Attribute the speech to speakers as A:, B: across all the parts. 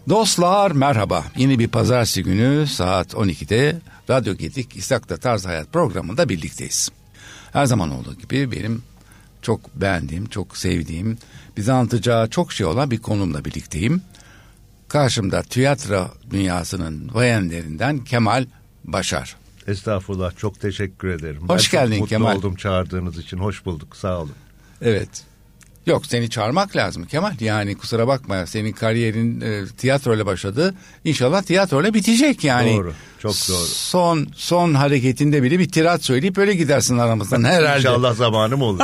A: Dostlar merhaba. Yeni bir pazartesi günü saat 12'de Radyo Gedik İshak'ta Tarz Hayat programında birlikteyiz. Her zaman olduğu gibi benim çok beğendiğim, çok sevdiğim, bize anlatacağı çok şey olan bir konumla birlikteyim. Karşımda tiyatro dünyasının bayanlarından Kemal Başar.
B: Estağfurullah, çok teşekkür ederim.
A: Hoş geldin Kemal.
B: Mutlu oldum çağırdığınız için, hoş bulduk, sağ olun.
A: Evet. Yok, seni çağırmak lazım Kemal. Yani kusura bakma, senin kariyerin tiyatroyla başladı. İnşallah tiyatroyla bitecek yani.
B: Doğru, çok doğru.
A: Son hareketinde bile bir tirat söyleyip öyle gidersin aramızdan herhalde.
B: İnşallah zamanım olur.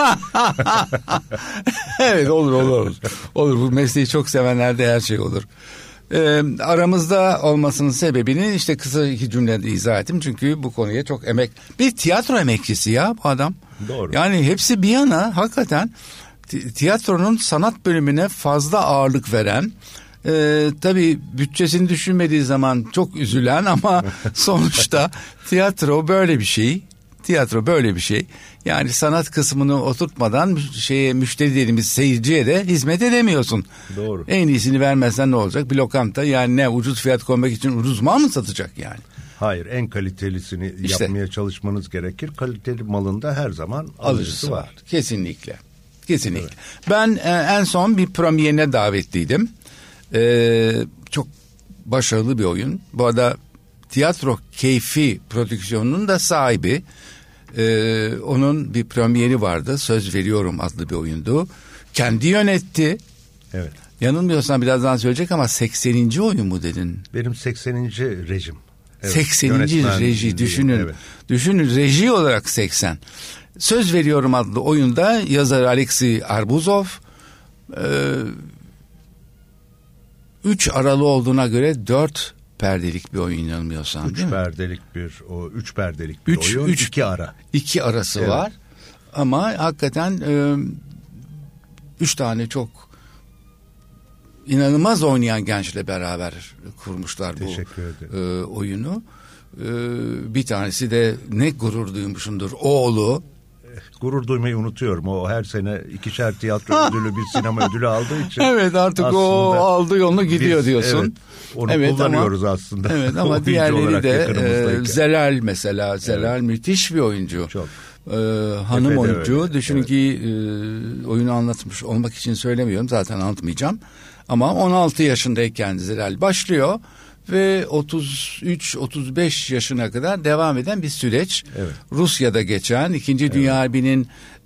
A: Evet, olur. Olur, bu mesleği çok sevenlerde her şey olur. Aramızda olmasının sebebini işte kısa iki cümlede izah ettim. Çünkü bu konuya çok bir tiyatro emekçisi ya bu adam.
B: Doğru.
A: Yani hepsi bir yana hakikaten tiyatronun sanat bölümüne fazla ağırlık veren, tabii bütçesini düşünmediği zaman çok üzülen ama sonuçta tiyatro böyle bir şey. Yani sanat kısmını oturtmadan müşteri dediğimiz seyirciye de hizmet edemiyorsun.
B: Doğru.
A: En iyisini vermezsen ne olacak? Bir lokanta yani ne, ucuz fiyat koymak için ucuz mal mı satacak yani?
B: Hayır, en kalitelisini yapmaya çalışmanız gerekir. Kaliteli malında her zaman alıcısı var.
A: Kesinlikle. Evet. Ben en son bir premierine davetliydim. Çok başarılı bir oyun. Bu arada Tiyatro Keyfi prodüksiyonunun da sahibi. Onun bir premieri vardı. Söz Veriyorum adlı bir oyundu. Kendi yönetti.
B: Evet.
A: Yanılmıyorsam birazdan söyleyecek ama 80. oyun mu dedin?
B: Benim 80. rejim.
A: Evet, 80. reji düşünün. Evet. Düşünün, reji olarak 80. Söz Veriyorum adlı oyunda yazar Alexey Arbuzov 3 aralı olduğuna göre 4 perdelik bir oyun inanmıyorsam, değil mi?
B: 3 perdelik bir oyun. 2 ara.
A: 2 arası var. Ama hakikaten 3 tane çok inanılmaz oynayan gençle beraber kurmuşlar bu oyunu. Bir tanesi de ne gurur duymuşumdur, oğlu.
B: Gurur duymayı unutuyorum. O her sene 2'şer tiyatro ödülü, bir sinema ödülü aldığı için.
A: Evet, artık o aldı yolunu gidiyor diyorsun.
B: Evet, onu kullanıyoruz aslında.
A: Evet, ama diğerleri de Zelal mesela. Zelal müthiş bir oyuncu.
B: Çok.
A: Hanım oyuncu. Öyle. Düşünün ki oyunu anlatmış olmak için söylemiyorum. Zaten anlatmayacağım. Ama 16 yaşındayken Zelal başlıyor. Ve 33-35 yaşına kadar devam eden bir süreç. Evet. Rusya'da geçen 2. Dünya Harbi'nin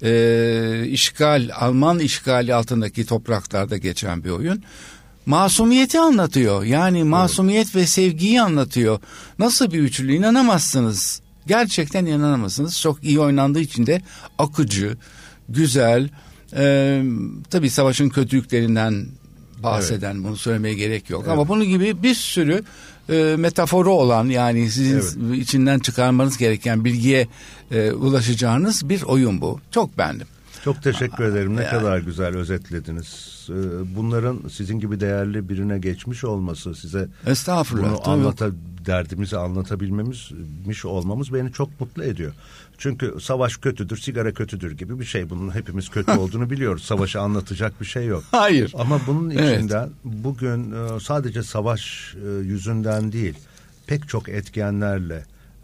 A: Alman işgali altındaki topraklarda geçen bir oyun. Masumiyeti anlatıyor. Yani masumiyet ve sevgiyi anlatıyor. Nasıl bir üçlü, inanamazsınız. Gerçekten inanamazsınız. Çok iyi oynandığı için de akıcı, güzel. Tabii savaşın kötülüklerinden bahseden, bunu söylemeye gerek yok. Evet. Ama bunun gibi bir sürü metaforu olan, yani sizin içinden çıkarmanız gereken bilgiye ulaşacağınız bir oyun bu. Çok beğendim.
B: Çok teşekkür ederim. Ne kadar güzel özetlediniz. Bunların sizin gibi değerli birine geçmiş olması, size bunu derdimizi anlatabilmemiz olmamız beni çok mutlu ediyor. Çünkü savaş kötüdür, sigara kötüdür gibi bir şey. Bunun hepimiz kötü olduğunu biliyoruz. Savaşı anlatacak bir şey yok.
A: Hayır.
B: Ama bunun içinden bugün sadece savaş yüzünden değil, pek çok etkenlerle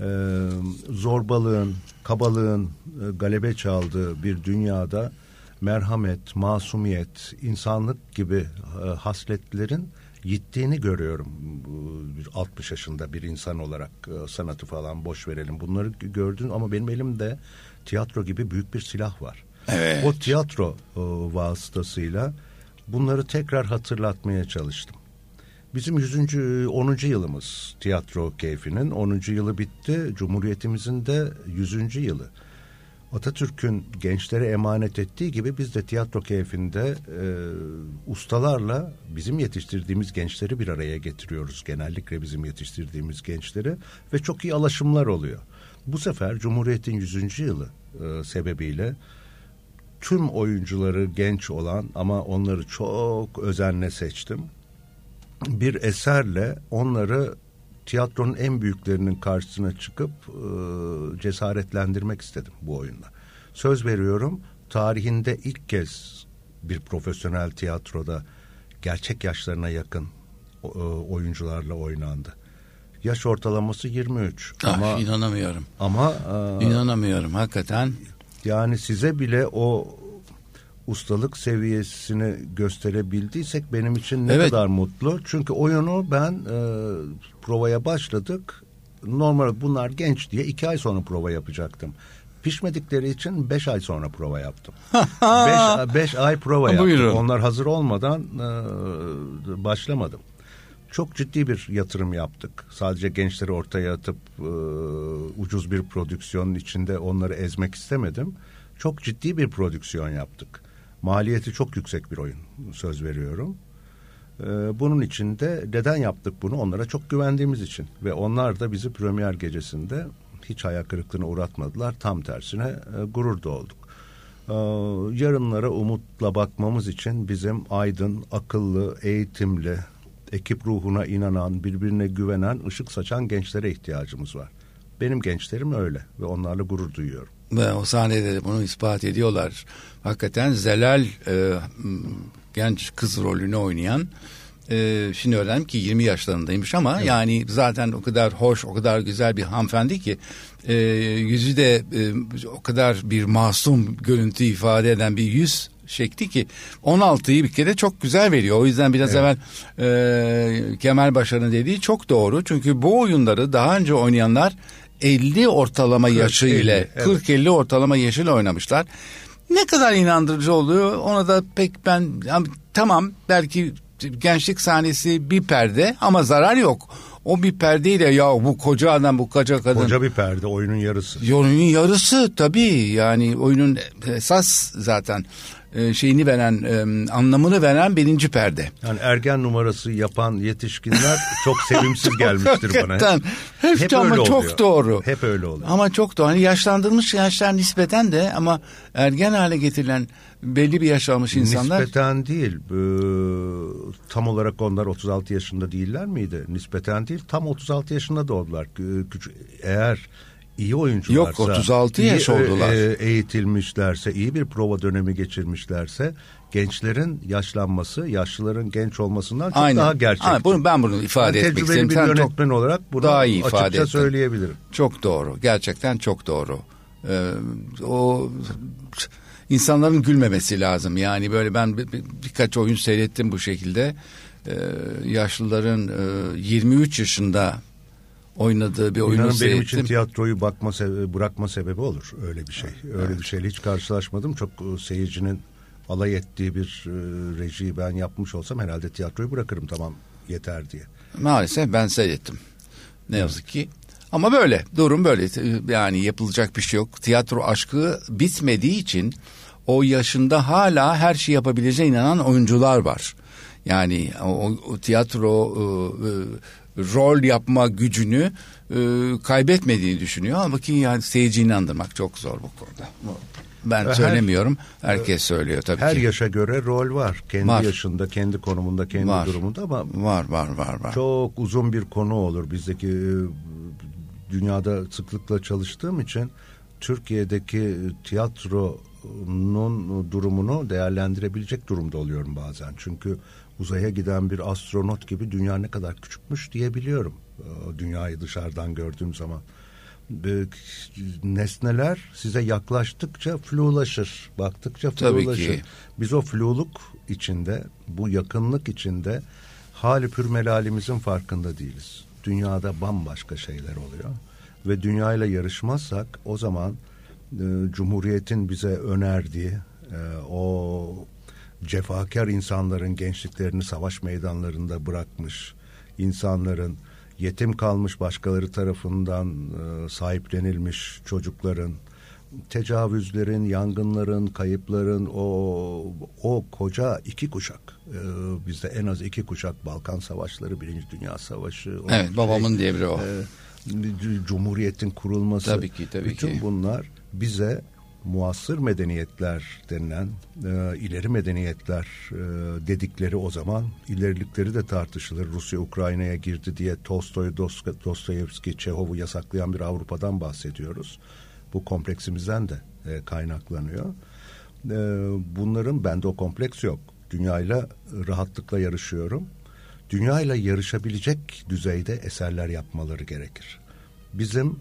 B: zorbalığın, kabalığın galebe çaldığı bir dünyada merhamet, masumiyet, insanlık gibi hasletlerin yittiğini görüyorum. 60 yaşında bir insan olarak sanatı falan boş verelim. Bunları gördüm ama benim elimde tiyatro gibi büyük bir silah var.
A: Evet.
B: O tiyatro vasıtasıyla bunları tekrar hatırlatmaya çalıştım. Bizim 10. yılımız Tiyatro Keyfi'nin 10. yılı bitti. Cumhuriyetimizin de 100. yılı. Atatürk'ün gençlere emanet ettiği gibi biz de Tiyatro Keyfi'nde ustalarla bizim yetiştirdiğimiz gençleri bir araya getiriyoruz. Genellikle bizim yetiştirdiğimiz gençleri ve çok iyi alaşımlar oluyor. Bu sefer Cumhuriyet'in 100. yılı sebebiyle tüm oyuncuları genç olan ama onları çok özenle seçtim. Bir eserle onları tiyatronun en büyüklerinin karşısına çıkıp cesaretlendirmek istedim bu oyunla. Söz veriyorum, tarihinde ilk kez bir profesyonel tiyatroda gerçek yaşlarına yakın oyuncularla oynandı. Yaş ortalaması 23. Ama
A: inanamıyorum.
B: Ama
A: inanamıyorum hakikaten.
B: Yani size bile o ustalık seviyesini gösterebildiysek benim için ne kadar mutlu. Çünkü oyunu ben provaya başladık. Normal bunlar genç diye 2 ay sonra prova yapacaktım. Pişmedikleri için 5 ay sonra prova yaptım. 5 ay prova yaptım.
A: Buyurun.
B: Onlar hazır olmadan başlamadım. Çok ciddi bir yatırım yaptık. Sadece gençleri ortaya atıp ucuz bir prodüksiyonun içinde onları ezmek istemedim. Çok ciddi bir prodüksiyon yaptık. Maliyeti çok yüksek bir oyun, söz veriyorum. Bunun için de neden yaptık bunu? Onlara çok güvendiğimiz için. Ve onlar da bizi premier gecesinde hiç hayal kırıklığına uğratmadılar. Tam tersine gurur olduk. Yarınlara umutla bakmamız için bizim aydın, akıllı, eğitimli, ekip ruhuna inanan, birbirine güvenen, ışık saçan gençlere ihtiyacımız var. Benim gençlerim öyle ve onlarla gurur duyuyorum.
A: Ve o sahnede de bunu ispat ediyorlar. Hakikaten Zelal genç kız rolünü oynayan, şimdi öğrendim ki 20 yaşlarındaymış ama evet. Yani zaten o kadar hoş, o kadar güzel bir hanımefendi ki yüzü de o kadar bir masum görüntü ifade eden bir yüz şekli ki 16'yı bir kere çok güzel veriyor. O yüzden biraz evvel Kemal Başar'ın dediği çok doğru. Çünkü bu oyunları daha önce oynayanlar 50 ortalama yaşı ile 40-50 ortalama yaşıyla oynamışlar. Ne kadar inandırıcı oluyor ona da pek ben tamam belki gençlik sahnesi bir perde ama zarar yok. O bir perdeyle ya bu koca adam bu koca kadın.
B: Koca bir perde oyunun yarısı.
A: Oyunun yarısı tabii yani oyunun esas zaten şeyini veren anlamını veren birinci perde.
B: Yani ergen numarası yapan yetişkinler çok sevimsiz gelmiştir bana.
A: Hep ama çok oluyor. Doğru.
B: Hep öyle oluyor.
A: Ama çok doğru. Hani yaşlandırılmış yaşlar nispeten de ama ergen hale getirilen belli bir yaş almış insanlar.
B: Nispeten değil. Tam olarak onlar 36 yaşında değiller miydi? Nispeten değil. Tam 36 yaşında doğdular. Eğer iyi oyuncularsa,
A: yok 36 yaş oldular.
B: Eğitilmişlerse, iyi bir prova dönemi geçirmişlerse gençlerin yaşlanması, yaşlıların genç olmasından çok daha gerçekçi.
A: Ben bunu ifade etmek istedim.
B: Tecrübeli bir yönetmen olarak bunu
A: daha iyi
B: açıkça söyleyebilirim.
A: Çok doğru. Gerçekten çok doğru. O insanların gülmemesi lazım. Yani böyle ben birkaç oyun seyrettim bu şekilde. Yaşlıların 23 yaşında oynadığı bir oyunu seyrettim.
B: Benim için tiyatroyu bırakma sebebi olur öyle bir şey. Öyle bir şeyle hiç karşılaşmadım. Çok seyircinin alay ettiği bir rejiyi ben yapmış olsam herhalde tiyatroyu bırakırım tamam yeter diye.
A: Maalesef ben seyrettim. Ne yazık ki. Ama böyle durum böyle yani yapılacak bir şey yok. Tiyatro aşkı bitmediği için o yaşında hala her şeyi yapabileceğine inanan oyuncular var. Yani o tiyatro rol yapma gücünü kaybetmediğini düşünüyor ama ki yani seyirciyi inandırmak çok zor bu konuda. Ben söylemiyorum. Herkes söylüyor tabii
B: her
A: ki.
B: Her yaşa göre rol var. Kendi yaşında, kendi konumunda, kendi durumunda ama
A: var.
B: Çok uzun bir konu olur. Bizdeki dünyada sıklıkla çalıştığım için Türkiye'deki tiyatronun durumunu değerlendirebilecek durumda oluyorum bazen. Çünkü uzaya giden bir astronot gibi dünya ne kadar küçükmüş diyebiliyorum. Dünyayı dışarıdan gördüğüm zaman. Nesneler size yaklaştıkça flulaşır. Baktıkça flulaşır. Biz o fluluk içinde, bu yakınlık içinde hali pürmelalimizin farkında değiliz. Dünyada bambaşka şeyler oluyor. Ve dünyayla yarışmazsak o zaman Cumhuriyet'in bize önerdiği o cefakar insanların gençliklerini savaş meydanlarında bırakmış, insanların yetim kalmış başkaları tarafından sahiplenilmiş çocukların, tecavüzlerin, yangınların, kayıpların o koca 2 kuşak. Bizde en az 2 kuşak Balkan Savaşları, Birinci Dünya Savaşı.
A: Evet, babamın devri o.
B: Cumhuriyetin kurulması.
A: Tabii ki.
B: Bütün bunlar bize muasır medeniyetler denilen ileri medeniyetler dedikleri o zaman ilerilikleri de tartışılır. Rusya Ukrayna'ya girdi diye Tolstoy, Dostoyevski, Çehov'u yasaklayan bir Avrupa'dan bahsediyoruz. Bu kompleksimizden de kaynaklanıyor. Bunların bende o kompleks yok. Dünyayla rahatlıkla yarışıyorum. dünyayla yarışabilecek düzeyde eserler yapmaları gerekir. Bizim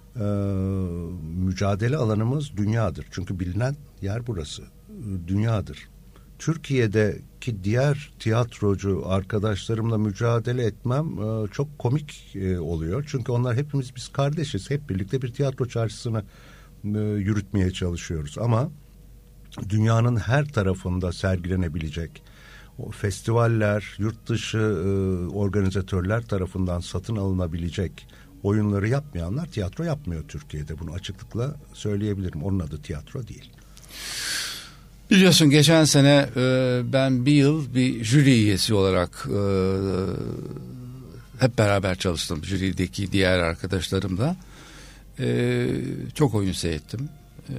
B: mücadele alanımız dünyadır. Çünkü bilinen yer burası. Dünyadır. Türkiye'deki diğer tiyatrocu arkadaşlarımla mücadele etmem çok komik oluyor. Çünkü onlar hepimiz biz kardeşiz. Hep birlikte bir tiyatro çarşısını yürütmeye çalışıyoruz. Ama dünyanın her tarafında sergilenebilecek o festivaller, yurt dışı organizatörler tarafından satın alınabilecek oyunları yapmayanlar tiyatro yapmıyor Türkiye'de. Bunu açıklıkla söyleyebilirim. Onun adı tiyatro değil.
A: Biliyorsun geçen sene ben bir yıl bir jüri üyesi olarak hep beraber çalıştım. Jürideki diğer arkadaşlarımla. Çok oyun seyrettim.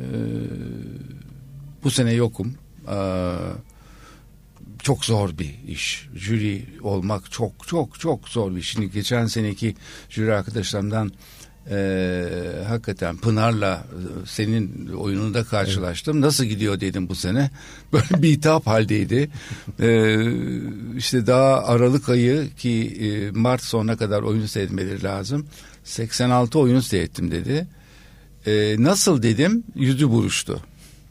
A: Bu sene yokum. Çok zor bir iş. Jüri olmak çok zor bir iş. Şimdi geçen seneki jüri arkadaşlarımdan hakikaten Pınar'la senin oyununda karşılaştım. Evet. Nasıl gidiyor dedim bu sene. Böyle bir hitap haldeydi. İşte daha Aralık ayı ki Mart sonuna kadar oyun seyretmeleri lazım. 86 oyun seyrettim dedi. Nasıl dedim, yüzü buruştu.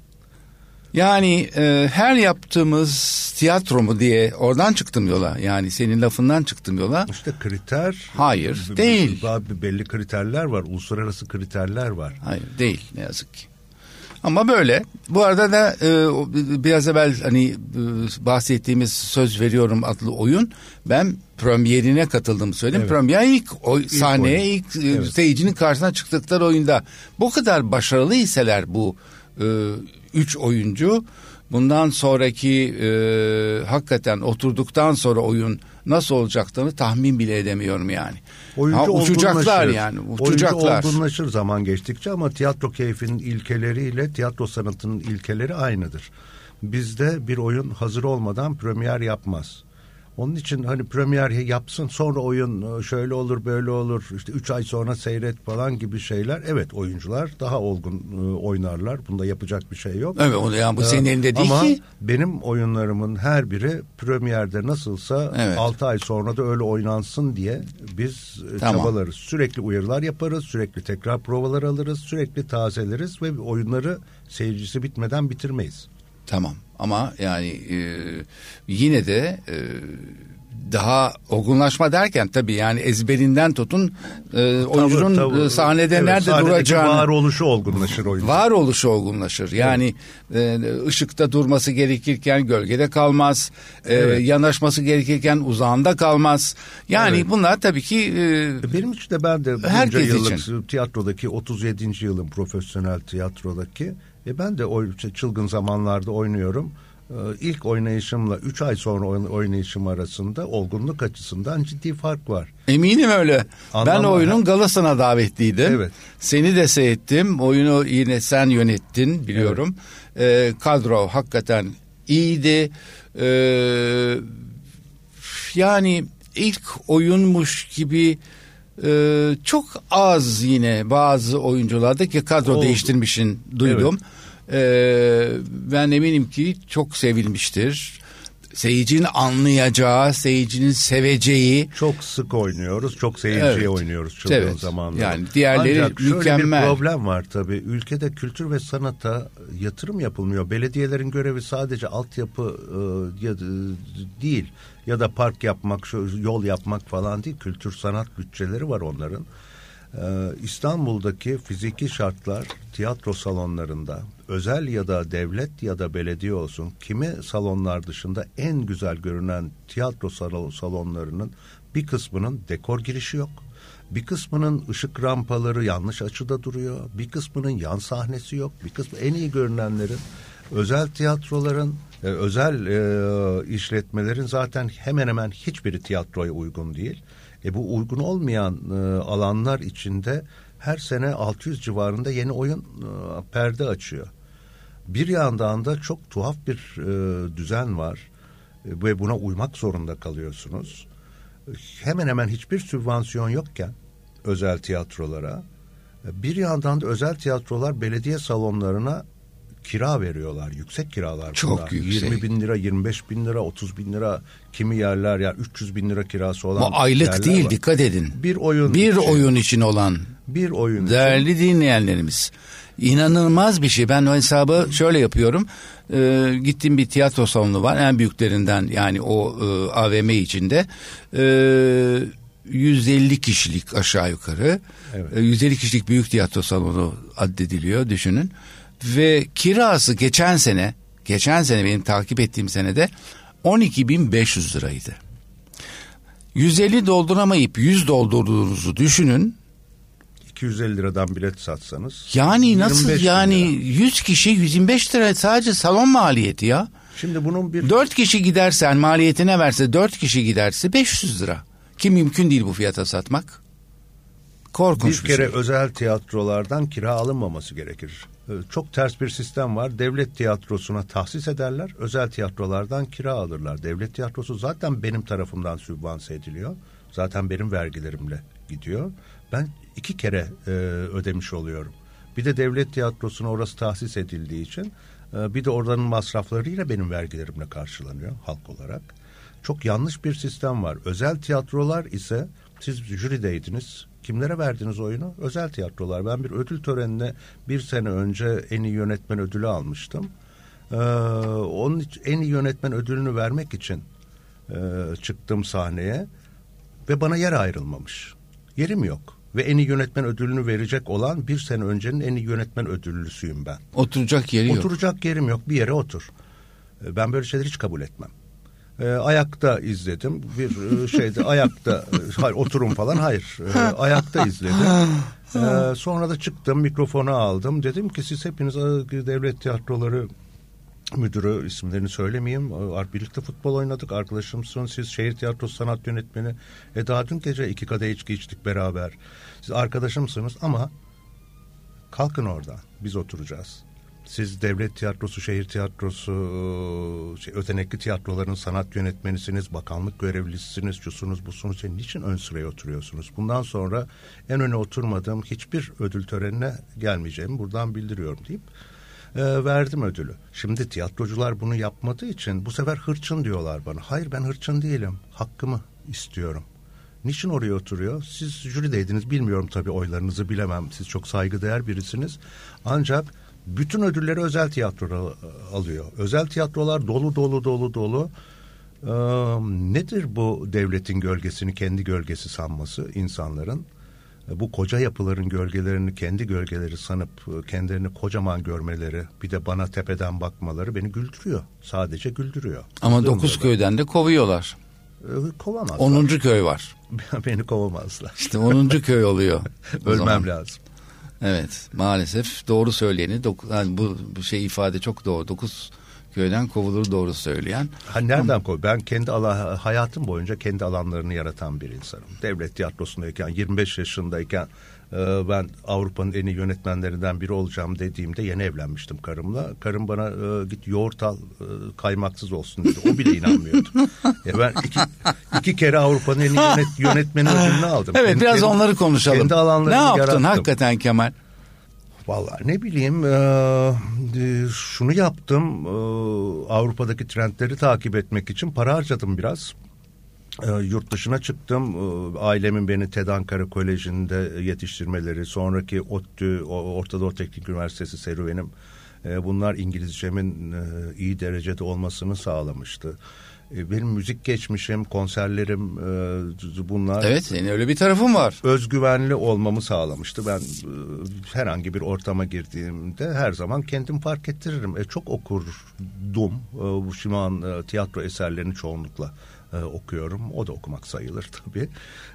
A: Yani her yaptığımız tiyatro mu diye oradan çıktım yola. Yani senin lafından çıktım yola.
B: İşte kriter.
A: Hayır, değil.
B: Belli kriterler var. Uluslararası kriterler var.
A: Hayır, değil ne yazık ki. Ama böyle. Bu arada da biraz evvel hani bahsettiğimiz Söz Veriyorum adlı oyun, ben premierine katıldığımı söyledim. Evet. Premier ilk sahneye ilk evet. Seyircinin karşısına çıktıkları oyunda. Bu kadar başarılı iseler bu 3 oyuncu, bundan sonraki hakikaten oturduktan sonra oyun nasıl olacaklarını tahmin bile edemiyorum yani. Uçacaklar yani. Uçacaklar.
B: Oyuncu olgunlaşır zaman geçtikçe ama tiyatro keyfinin ilkeleriyle tiyatro sanatının ilkeleri aynıdır. Bizde bir oyun hazır olmadan premier yapmaz. Onun için hani premier yapsın, sonra oyun şöyle olur böyle olur, işte 3 ay sonra seyret falan gibi şeyler. Evet, oyuncular daha olgun oynarlar. Bunda yapacak bir şey yok.
A: Evet, yani bu senin elinde değil
B: ama
A: ki.
B: Benim oyunlarımın her biri premierde nasılsa evet. 6 ay sonra da öyle oynansın diye biz çabalarız. Sürekli uyarılar yaparız, sürekli tekrar provalar alırız, sürekli tazeleriz ve oyunları seyircisi bitmeden bitirmeyiz.
A: Tamam ama yani yine de daha olgunlaşma derken tabii yani ezberinden tutun oyuncunun tabii. Sahnede evet, nerede duracağını.
B: Varoluşu olgunlaşır oyuncu.
A: Varoluşu olgunlaşır. Yani ışıkta durması gerekirken gölgede kalmaz. Evet. Yanaşması gerekirken uzağında kalmaz. Yani evet. Bunlar tabii ki
B: benim için de ben de bunca yıllık tiyatrodaki 37. yılım profesyonel tiyatrodaki ben de çılgın zamanlarda oynuyorum. İlk oynayışımla 3 ay sonra oynayışım arasında olgunluk açısından ciddi fark var.
A: Eminim öyle. Ben oyunun galasına davetliydim. Evet. Seni de seyrettim. Oyunu yine sen yönettin biliyorum. Evet. Kadro hakikaten iyiydi. Yani ilk oyunmuş gibi çok az yine bazı oyuncularda ki kadro değiştirmişin duydum. Evet. Ben eminim ki çok sevilmiştir. Seyircinin anlayacağı, seyircinin seveceği.
B: Çok sık oynuyoruz, çok seyirciye evet. oynuyoruz çılgın evet. zamanlarda.
A: Yani diğerleri ancak mükemmel.
B: Şöyle bir problem var tabii. Ülkede kültür ve sanata yatırım yapılmıyor. Belediyelerin görevi sadece altyapı değil ya da park yapmak, yol yapmak falan değil. Kültür sanat bütçeleri var onların. İstanbul'daki fiziki şartlar tiyatro salonlarında özel ya da devlet ya da belediye olsun kimi salonlar dışında en güzel görünen tiyatro salonlarının bir kısmının dekor girişi yok. Bir kısmının ışık rampaları yanlış açıda duruyor. Bir kısmının yan sahnesi yok. Bir kısmı en iyi görünenlerin özel tiyatroların özel işletmelerin zaten hemen hemen hiçbiri tiyatroya uygun değil. Bu uygun olmayan alanlar içinde her sene 600 civarında yeni oyun perde açıyor. Bir yandan da çok tuhaf bir düzen var ve buna uymak zorunda kalıyorsunuz. Hemen hemen hiçbir sübvansiyon yokken özel tiyatrolara, bir yandan da özel tiyatrolar belediye salonlarına kira veriyorlar. Yüksek kiralar
A: çok
B: bunlar.
A: yüksek.
B: 20 bin lira, 25 bin lira, 30 bin lira, kimi yerler ya 300 bin lira kirası olan.
A: Bu aylık değil
B: var.
A: Dikkat edin.
B: Bir oyun
A: için olan.
B: Bir oyun
A: değerli için. Dinleyenlerimiz. İnanılmaz bir şey. Ben o hesabı şöyle yapıyorum. Gittiğim bir tiyatro salonu var. En büyüklerinden, yani o AVM içinde. 150 kişilik aşağı yukarı. Evet. 150 kişilik büyük tiyatro salonu addediliyor, düşünün. Ve kirası geçen sene benim takip ettiğim senede 12.500 liraydı. 150 dolduramayıp 100 doldurduğunuzu düşünün.
B: 250 liradan bilet satsanız.
A: Yani nasıl, yani 100 kişi 125 lira sadece salon maliyeti ya.
B: Şimdi bunun
A: 4 kişi gidersen, maliyetine verse 4 kişi giderse 500 lira. Ki mümkün değil bu fiyata satmak. Korkunç bir
B: kere
A: şey.
B: Özel tiyatrolardan kira alınmaması gerekir. Çok ters bir sistem var. Devlet tiyatrosuna tahsis ederler. Özel tiyatrolardan kira alırlar. Devlet tiyatrosu zaten benim tarafımdan sübvanse ediliyor. Zaten benim vergilerimle gidiyor. Ben 2 kere ödemiş oluyorum. Bir de devlet tiyatrosuna orası tahsis edildiği için bir de oranın masraflarıyla benim vergilerimle karşılanıyor halk olarak. Çok yanlış bir sistem var. Özel tiyatrolar ise, siz jürideydiniz. Kimlere verdiniz oyunu? Özel tiyatrolar. Ben bir ödül törenine 1 sene önce en iyi yönetmen ödülü almıştım. Onun için en iyi yönetmen ödülünü vermek için çıktım sahneye ve bana yer ayrılmamış. Yerim yok. Ve en iyi yönetmen ödülünü verecek olan 1 sene öncenin en iyi yönetmen ödüllüsüyüm ben.
A: Oturacak yeri yok.
B: Oturacak yerim yok. Bir yere otur. Ben böyle şeyleri hiç kabul etmem. Ayakta izledim. Bir şeyde ayakta, hayır, oturun falan, hayır. Ayakta izledim. Sonra da çıktım, mikrofonu aldım. Dedim ki siz hepiniz devlet tiyatroları müdürü, isimlerini söylemeyeyim. Birlikte futbol oynadık. Arkadaşımsınız. Siz şehir tiyatrosu sanat yönetmeni. Daha dün gece 2 kadeh içki içtik beraber. Siz arkadaşımsınız ama kalkın oradan. Biz oturacağız. Siz devlet tiyatrosu, şehir tiyatrosu, ötenekli tiyatroların sanat yönetmenisiniz, bakanlık görevlisiniz, şusunuz busunuz. Niçin ön sıraya oturuyorsunuz? Bundan sonra en öne oturmadığım hiçbir ödül törenine gelmeyeceğimi buradan bildiriyorum deyip verdim ödülü. Şimdi tiyatrocular bunu yapmadığı için bu sefer hırçın diyorlar bana. Hayır, ben hırçın değilim. Hakkımı istiyorum. Niçin oraya oturuyor? Siz jürideydiniz. Bilmiyorum tabii, oylarınızı bilemem. Siz çok saygıdeğer birisiniz. Ancak bütün ödülleri özel tiyatro alıyor. Özel tiyatrolar dolu. Nedir bu devletin gölgesini kendi gölgesi sanması insanların? Bu koca yapıların gölgelerini kendi gölgeleri sanıp kendilerini kocaman görmeleri, bir de bana tepeden bakmaları beni güldürüyor. Sadece güldürüyor.
A: Ama 9 köyden de kovuyorlar.
B: Kovamazlar.
A: 10. köy var.
B: Beni kovamazlar.
A: İşte 10. köy oluyor.
B: Ölmem lazım.
A: Evet, maalesef doğru söyleyeni, yani bu şey ifade çok doğru. 9 köyden kovulur doğru söyleyen.
B: Nereden koy? Ben hayatım boyunca kendi alanlarını yaratan bir insanım. Devlet tiyatrosundayken, 25 yaşındayken ben Avrupa'nın en iyi yönetmenlerinden biri olacağım dediğimde yeni evlenmiştim karımla. Karım bana git yoğurt al, kaymaksız olsun dedi. O bile inanmıyordu. Ben iki kere Avrupa'nın en iyi yönetmeni ödülünü aldım.
A: Evet, biraz onları konuşalım.
B: Kendi alanlarını
A: yarattım. Ne yaptın hakikaten Kemal?
B: Vallahi ne bileyim, şunu yaptım, Avrupa'daki trendleri takip etmek için para harcadım biraz. Yurt dışına çıktım, ailemin beni TED Ankara Koleji'nde yetiştirmeleri, sonraki ODTÜ, Orta Doğu Teknik Üniversitesi serüvenim, bunlar İngilizcemin iyi derecede olmasını sağlamıştı. Benim müzik geçmişim, konserlerim, bunlar...
A: Evet, senin öyle bir tarafın var.
B: Özgüvenli olmamı sağlamıştı. Ben herhangi bir ortama girdiğimde her zaman kendim fark ettiririm. Çok okurdum. Şu an tiyatro eserlerini çoğunlukla okuyorum. O da okumak sayılır tabii.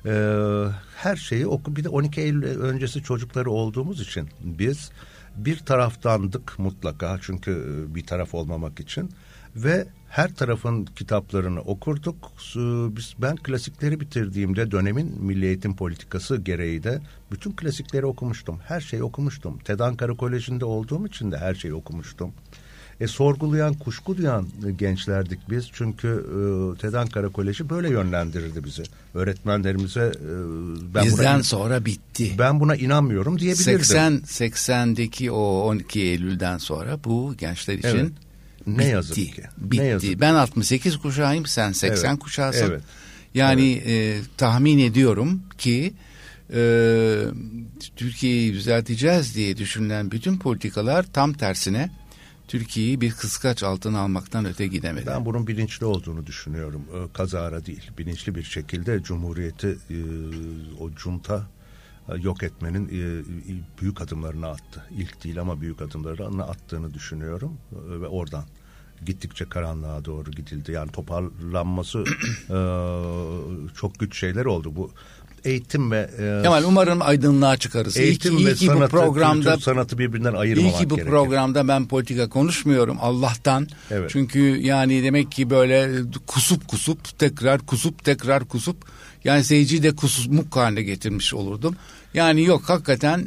B: Her şeyi bir de 12 Eylül öncesi çocukları olduğumuz için biz bir taraftandık mutlaka. Çünkü bir taraf olmamak için. Ve her tarafın kitaplarını okurduk. Ben klasikleri bitirdiğimde dönemin Milli Eğitim Politikası gereği de bütün klasikleri okumuştum. Her şeyi okumuştum. TED Ankara Koleji'nde olduğum için de her şeyi okumuştum. Sorgulayan, kuşku duyan gençlerdik biz. Çünkü TED Ankara Koleji böyle yönlendirirdi bizi. Öğretmenlerimize
A: bizden sonra bitti.
B: Ben buna inanmıyorum diyebilirdim.
A: 80'deki o 12 Eylül'den sonra bu gençler için
B: evet. Ne yazık ki.
A: Bitti.
B: Ne yazık ki.
A: Ben 68 kuşağıyım, sen 80
B: evet.
A: kuşağısın.
B: Evet.
A: Yani tahmin ediyorum ki Türkiye'yi düzelteceğiz diye düşünülen bütün politikalar tam tersine Türkiye'yi bir kıskaç altına almaktan öte gidemedi.
B: Ben bunun bilinçli olduğunu düşünüyorum. Kazara değil. Bilinçli bir şekilde Cumhuriyeti o junta yok etmenin büyük adımlarını attı. İlk değil ama büyük adımlarını attığını düşünüyorum. Ve oradan gittikçe karanlığa doğru gidildi. Yani toparlanması çok güç şeyler oldu. Bu eğitim ve
A: Kemal, umarım aydınlığa çıkarız.
B: Eğitim ve sanatı, bu programda, kültür sanatı birbirinden ayırmamak gerekiyor.
A: İyi ki bu programda ben politika konuşmuyorum Allah'tan.
B: Evet.
A: Çünkü yani demek ki böyle kusup tekrar kusup yani seyirciyi de kusmuk haline getirmiş olurdum. Yani yok, hakikaten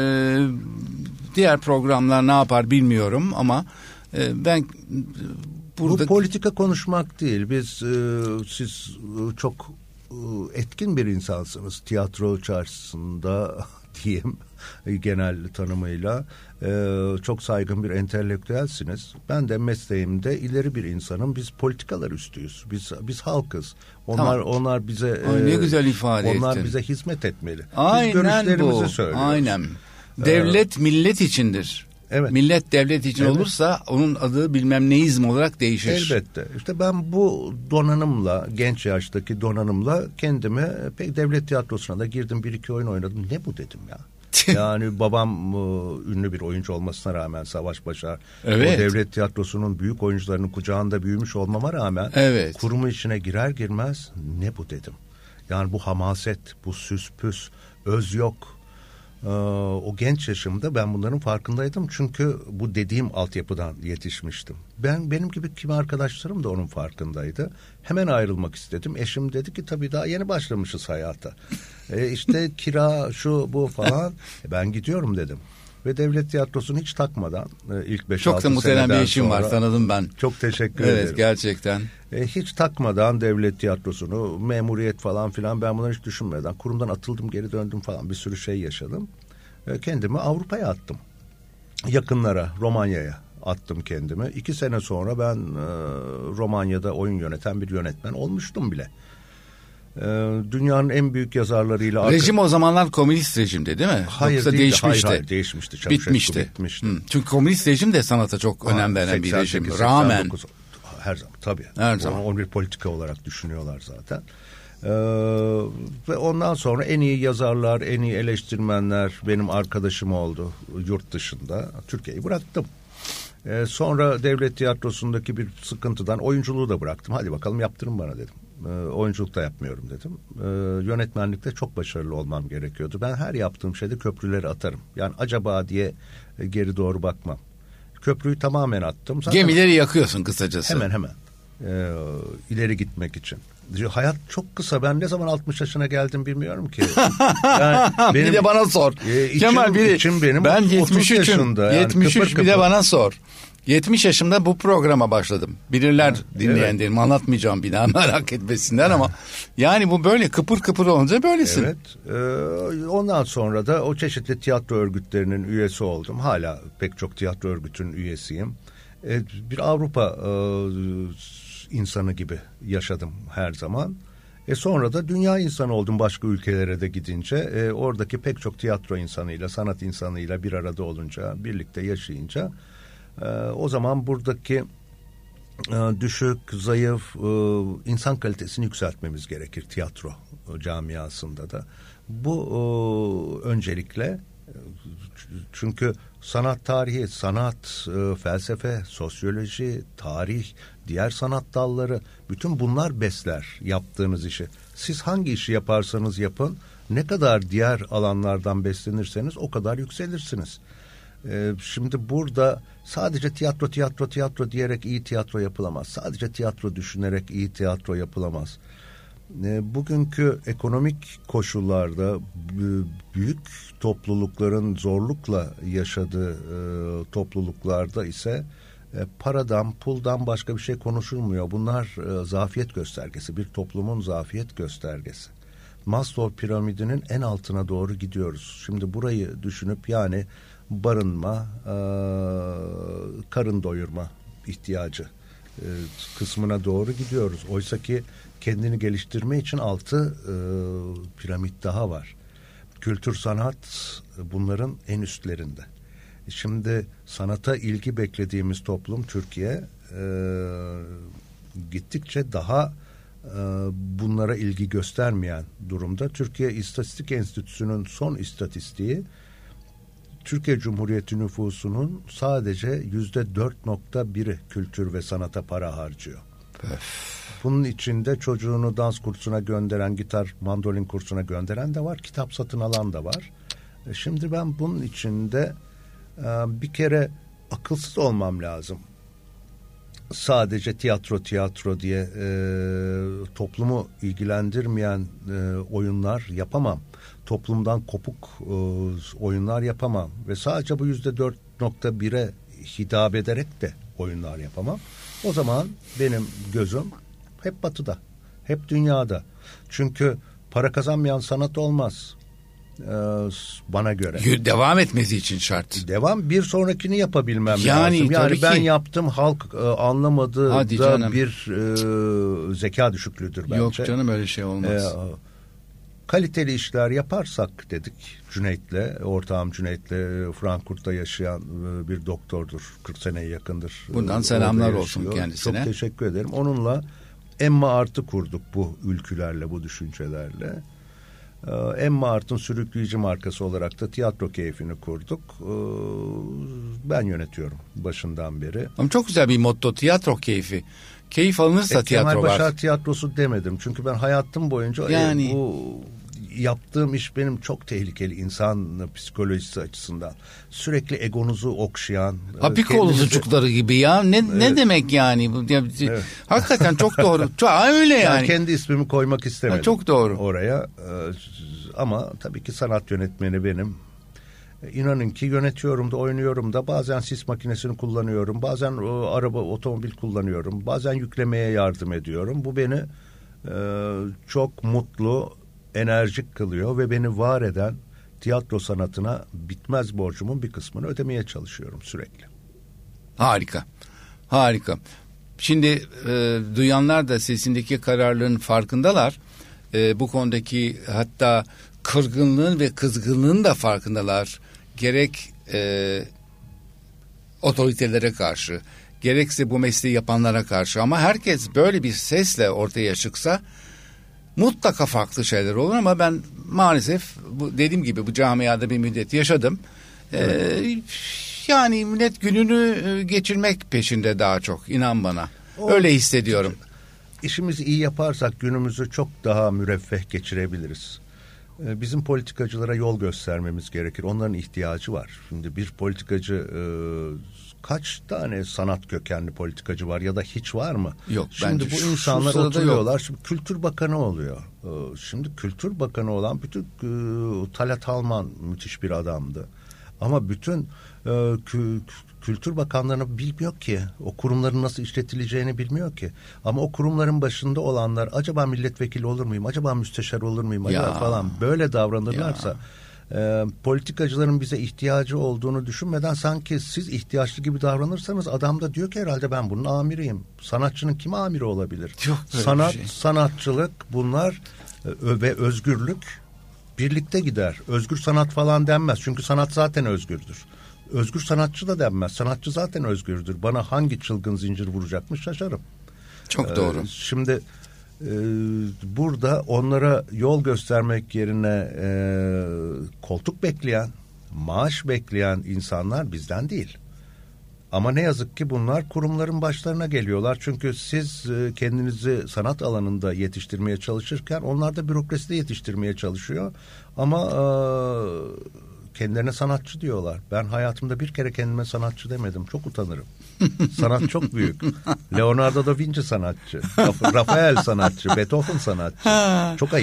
A: diğer programlar ne yapar bilmiyorum ama ben burada...
B: Bu politika konuşmak değil. Siz çok etkin bir insansınız. Tiyatro çarşısında diyeyim genel tanımıyla. Çok saygın bir entelektüelsiniz. Ben de mesleğimde ileri bir insanım. Biz politikalar üstüyüz. Biz halkız. Onlar bize
A: ne güzel ifade ettin.
B: Onlar bize hizmet etmeli.
A: Aynen,
B: biz görüşlerimizi
A: bu.
B: söylüyoruz.
A: Aynen. Devlet millet içindir.
B: Evet.
A: Millet devlet için olursa onun adı bilmem neizm olarak değişir.
B: Elbette. İşte ben bu donanımla, genç yaştaki donanımla kendime devlet tiyatrosuna da girdim, bir iki oyun oynadım. Ne bu dedim ya. Yani babam ünlü bir oyuncu olmasına rağmen, Savaş Başar,
A: evet.
B: O devlet tiyatrosunun büyük oyuncularının kucağında büyümüş olmama rağmen
A: evet.
B: Kurumun içine girer girmez ne bu dedim. Yani bu hamaset, bu süspüs, öz yok. O genç yaşımda ben bunların farkındaydım. Çünkü bu dediğim altyapıdan yetişmiştim. Benim gibi kimi arkadaşlarım da onun farkındaydı. Hemen ayrılmak istedim. Eşim dedi ki tabii daha yeni başlamışız hayata. İşte kira şu bu falan. Ben gidiyorum dedim. Ve devlet tiyatrosunu hiç takmadan ilk 5-6 seneden
A: çok da muhterem bir işim var, tanıdım ben.
B: Çok teşekkür ederim.
A: Evet, gerçekten.
B: Hiç takmadan devlet tiyatrosunu, memuriyet falan filan, ben bunları hiç düşünmeden kurumdan atıldım, geri döndüm falan, bir sürü şey yaşadım. Kendimi Avrupa'ya attım. Yakınlara, Romanya'ya attım kendimi. 2 sene sonra ben Romanya'da oyun yöneten bir yönetmen olmuştum bile. Dünyanın en büyük yazarlarıyla...
A: Rejim o zamanlar komünist rejimdi değil mi?
B: Hayır,
A: yoksa
B: değildi.
A: değişmişti.
B: Hayır, değişmişti.
A: Bitmişti. Çünkü komünist rejim de sanata çok önem veren bir rejim. Rağmen.
B: Her zaman tabii.
A: Her zaman.
B: Onu bir politika olarak düşünüyorlar zaten. Ve ondan sonra en iyi yazarlar, en iyi eleştirmenler benim arkadaşım oldu yurt dışında. Türkiye'yi bıraktım. Sonra devlet tiyatrosundaki bir sıkıntıdan oyunculuğu da bıraktım. Hadi bakalım yaptırın bana dedim. Oyunculuk da yapmıyorum dedim. Yönetmenlikte çok başarılı olmam gerekiyordu. Ben her yaptığım şeyde köprüleri atarım. Yani acaba diye geri doğru bakmam. Köprüyü tamamen attım. Zaten
A: gemileri yakıyorsun kısacası.
B: Hemen. İleri gitmek için. Hayat çok kısa. Ben ne zaman 60 yaşına geldim bilmiyorum ki. Yani
A: bir de bana sor. Kemal,
B: benim ben
A: 73 yaşında. Yani 73 bir de bana sor. 70 yaşımda bu programa başladım. Bilirler dinleyenlerim. Evet. Anlatmayacağım bir daha, merak etmesinler ama yani bu böyle kıpır kıpır olunca böylesin.
B: Evet. Ondan sonra da o çeşitli tiyatro örgütlerinin üyesi oldum. Hala pek çok tiyatro örgütünün üyesiyim. Bir Avrupa insanı gibi yaşadım her zaman. Sonra da dünya insanı oldum başka ülkelere de gidince. Oradaki pek çok tiyatro insanıyla, sanat insanıyla bir arada olunca, birlikte yaşayınca o zaman buradaki düşük, zayıf insan kalitesini yükseltmemiz gerekir tiyatro camiasında da. Bu öncelikle, çünkü sanat tarihi, sanat, felsefe, sosyoloji, tarih, diğer sanat dalları, bütün bunlar besler yaptığınız işi. Siz hangi işi yaparsanız yapın, ne kadar diğer alanlardan beslenirseniz o kadar yükselirsiniz. Şimdi burada sadece tiyatro diyerek iyi tiyatro yapılamaz. Sadece tiyatro düşünerek iyi tiyatro yapılamaz. Bugünkü ekonomik koşullarda büyük toplulukların zorlukla yaşadığı topluluklarda ise paradan, puldan başka bir şey konuşulmuyor. Bunlar zafiyet göstergesi, bir toplumun zafiyet göstergesi. Maslow piramidinin en altına doğru gidiyoruz. Şimdi burayı düşünüp yani barınma, karın doyurma ihtiyacı kısmına doğru gidiyoruz. Oysa ki kendini geliştirme için 6 piramit daha var. Kültür, sanat bunların en üstlerinde. Şimdi sanata ilgi beklediğimiz toplum Türkiye gittikçe daha bunlara ilgi göstermeyen durumda. Türkiye İstatistik Enstitüsü'nün son istatistiği Türkiye Cumhuriyeti nüfusunun sadece %4.1'i kültür ve sanata para harcıyor. Bunun içinde çocuğunu dans kursuna gönderen, gitar, mandolin kursuna gönderen de var, kitap satın alan da var. Şimdi ben bunun içinde bir kere akılsız olmam lazım. Sadece tiyatro diye toplumu ilgilendirmeyen oyunlar yapamam. Toplumdan kopuk oyunlar yapamam. Ve sadece bu %4.1'e hitap ederek de oyunlar yapamam. O zaman benim gözüm hep batıda, hep dünyada. Çünkü para kazanmayan sanat olmaz. Bana göre.
A: Devam etmesi için şart.
B: Devam, bir sonrakini yapabilmem lazım.
A: Yani
B: ben
A: ki.
B: Yaptım, halk anlamadı
A: Hadi
B: da
A: canım.
B: Bir zeka düşüklüğüdür bence.
A: Yok canım, öyle şey olmaz.
B: Kaliteli işler yaparsak dedik Cüneyt'le, ortağım Cüneyt'le, Frankfurt'ta yaşayan bir doktordur. 40 seneye yakındır.
A: Buradan selamlar olsun kendisine.
B: Çok teşekkür ederim. Onunla Emma Art'ı kurduk bu ülkülerle, bu düşüncelerle. Emma Art'ın sürükleyici markası olarak da Tiyatro Keyfi'ni kurduk. Ben yönetiyorum başından beri.
A: Ama çok güzel bir motto, Tiyatro Keyfi. Keyif alınırsa tiyatro var.
B: Kemal Başar tiyatrosu demedim. Çünkü ben hayatım boyunca bu yaptığım iş benim çok tehlikeli insan psikolojisi açısından. Sürekli egonuzu okşayan.
A: Apikoğlu sucukları gibi ya. Ne demek yani? Evet. Hakikaten çok doğru. Öyle yani.
B: Kendi ismimi koymak istemedim.
A: Çok doğru.
B: Oraya. Ama tabii ki sanat yönetmeni benim. İnanın ki yönetiyorum da, oynuyorum da, bazen sis makinesini kullanıyorum, bazen otomobil kullanıyorum, bazen yüklemeye yardım ediyorum. Bu beni çok mutlu, enerjik kılıyor ve beni var eden tiyatro sanatına bitmez borcumun bir kısmını ödemeye çalışıyorum sürekli.
A: Harika. Şimdi duyanlar da sesindeki kararlılığın farkındalar. Bu konudaki hatta kırgınlığın ve kızgınlığın da farkındalar. Gerek otoritelere karşı, gerekse bu mesleği yapanlara karşı. Ama herkes böyle bir sesle ortaya çıksa mutlaka farklı şeyler olur. Ama ben maalesef dediğim gibi bu camiada bir müddet yaşadım. Yani millet gününü geçirmek peşinde daha çok, inan bana. Öyle hissediyorum.
B: İşimizi iyi yaparsak günümüzü çok daha müreffeh geçirebiliriz. Bizim politikacılara yol göstermemiz gerekir. Onların ihtiyacı var. Şimdi bir politikacı, kaç tane sanat kökenli politikacı var ya da hiç var mı?
A: Yok.
B: Şimdi bu insanlar oturuyorlar. Şimdi Kültür Bakanı oluyor. Şimdi Kültür Bakanı olan bütün Talat Halman müthiş bir adamdı. Ama bütün Kültür Bakanlarını bilmiyor ki. O kurumların nasıl işletileceğini bilmiyor ki. Ama o kurumların başında olanlar, acaba milletvekili olur muyum? Acaba müsteşar olur muyum? Falan böyle davranırlarsa politikacıların bize ihtiyacı olduğunu düşünmeden sanki siz ihtiyaçlı gibi davranırsanız adam da diyor ki herhalde ben bunun amiriyim. Sanatçının kim amiri olabilir? Sanat, sanatçılık bunlar ve özgürlük birlikte gider. Özgür sanat falan denmez. Çünkü sanat zaten özgürdür. Özgür sanatçı da denmez. Sanatçı zaten özgürdür. Bana hangi çılgın zincir vuracakmış şaşarım.
A: Çok doğru.
B: Şimdi burada onlara yol göstermek yerine koltuk bekleyen, maaş bekleyen insanlar bizden değil. Ama ne yazık ki bunlar kurumların başlarına geliyorlar. Çünkü siz kendinizi sanat alanında yetiştirmeye çalışırken onlar da bürokraside yetiştirmeye çalışıyor. Ama kendilerine sanatçı diyorlar. Ben hayatımda bir kere kendime sanatçı demedim. Çok utanırım. Sanat çok büyük. Leonardo da Vinci sanatçı. Rafael sanatçı. Beethoven sanatçı. Çok ayıp.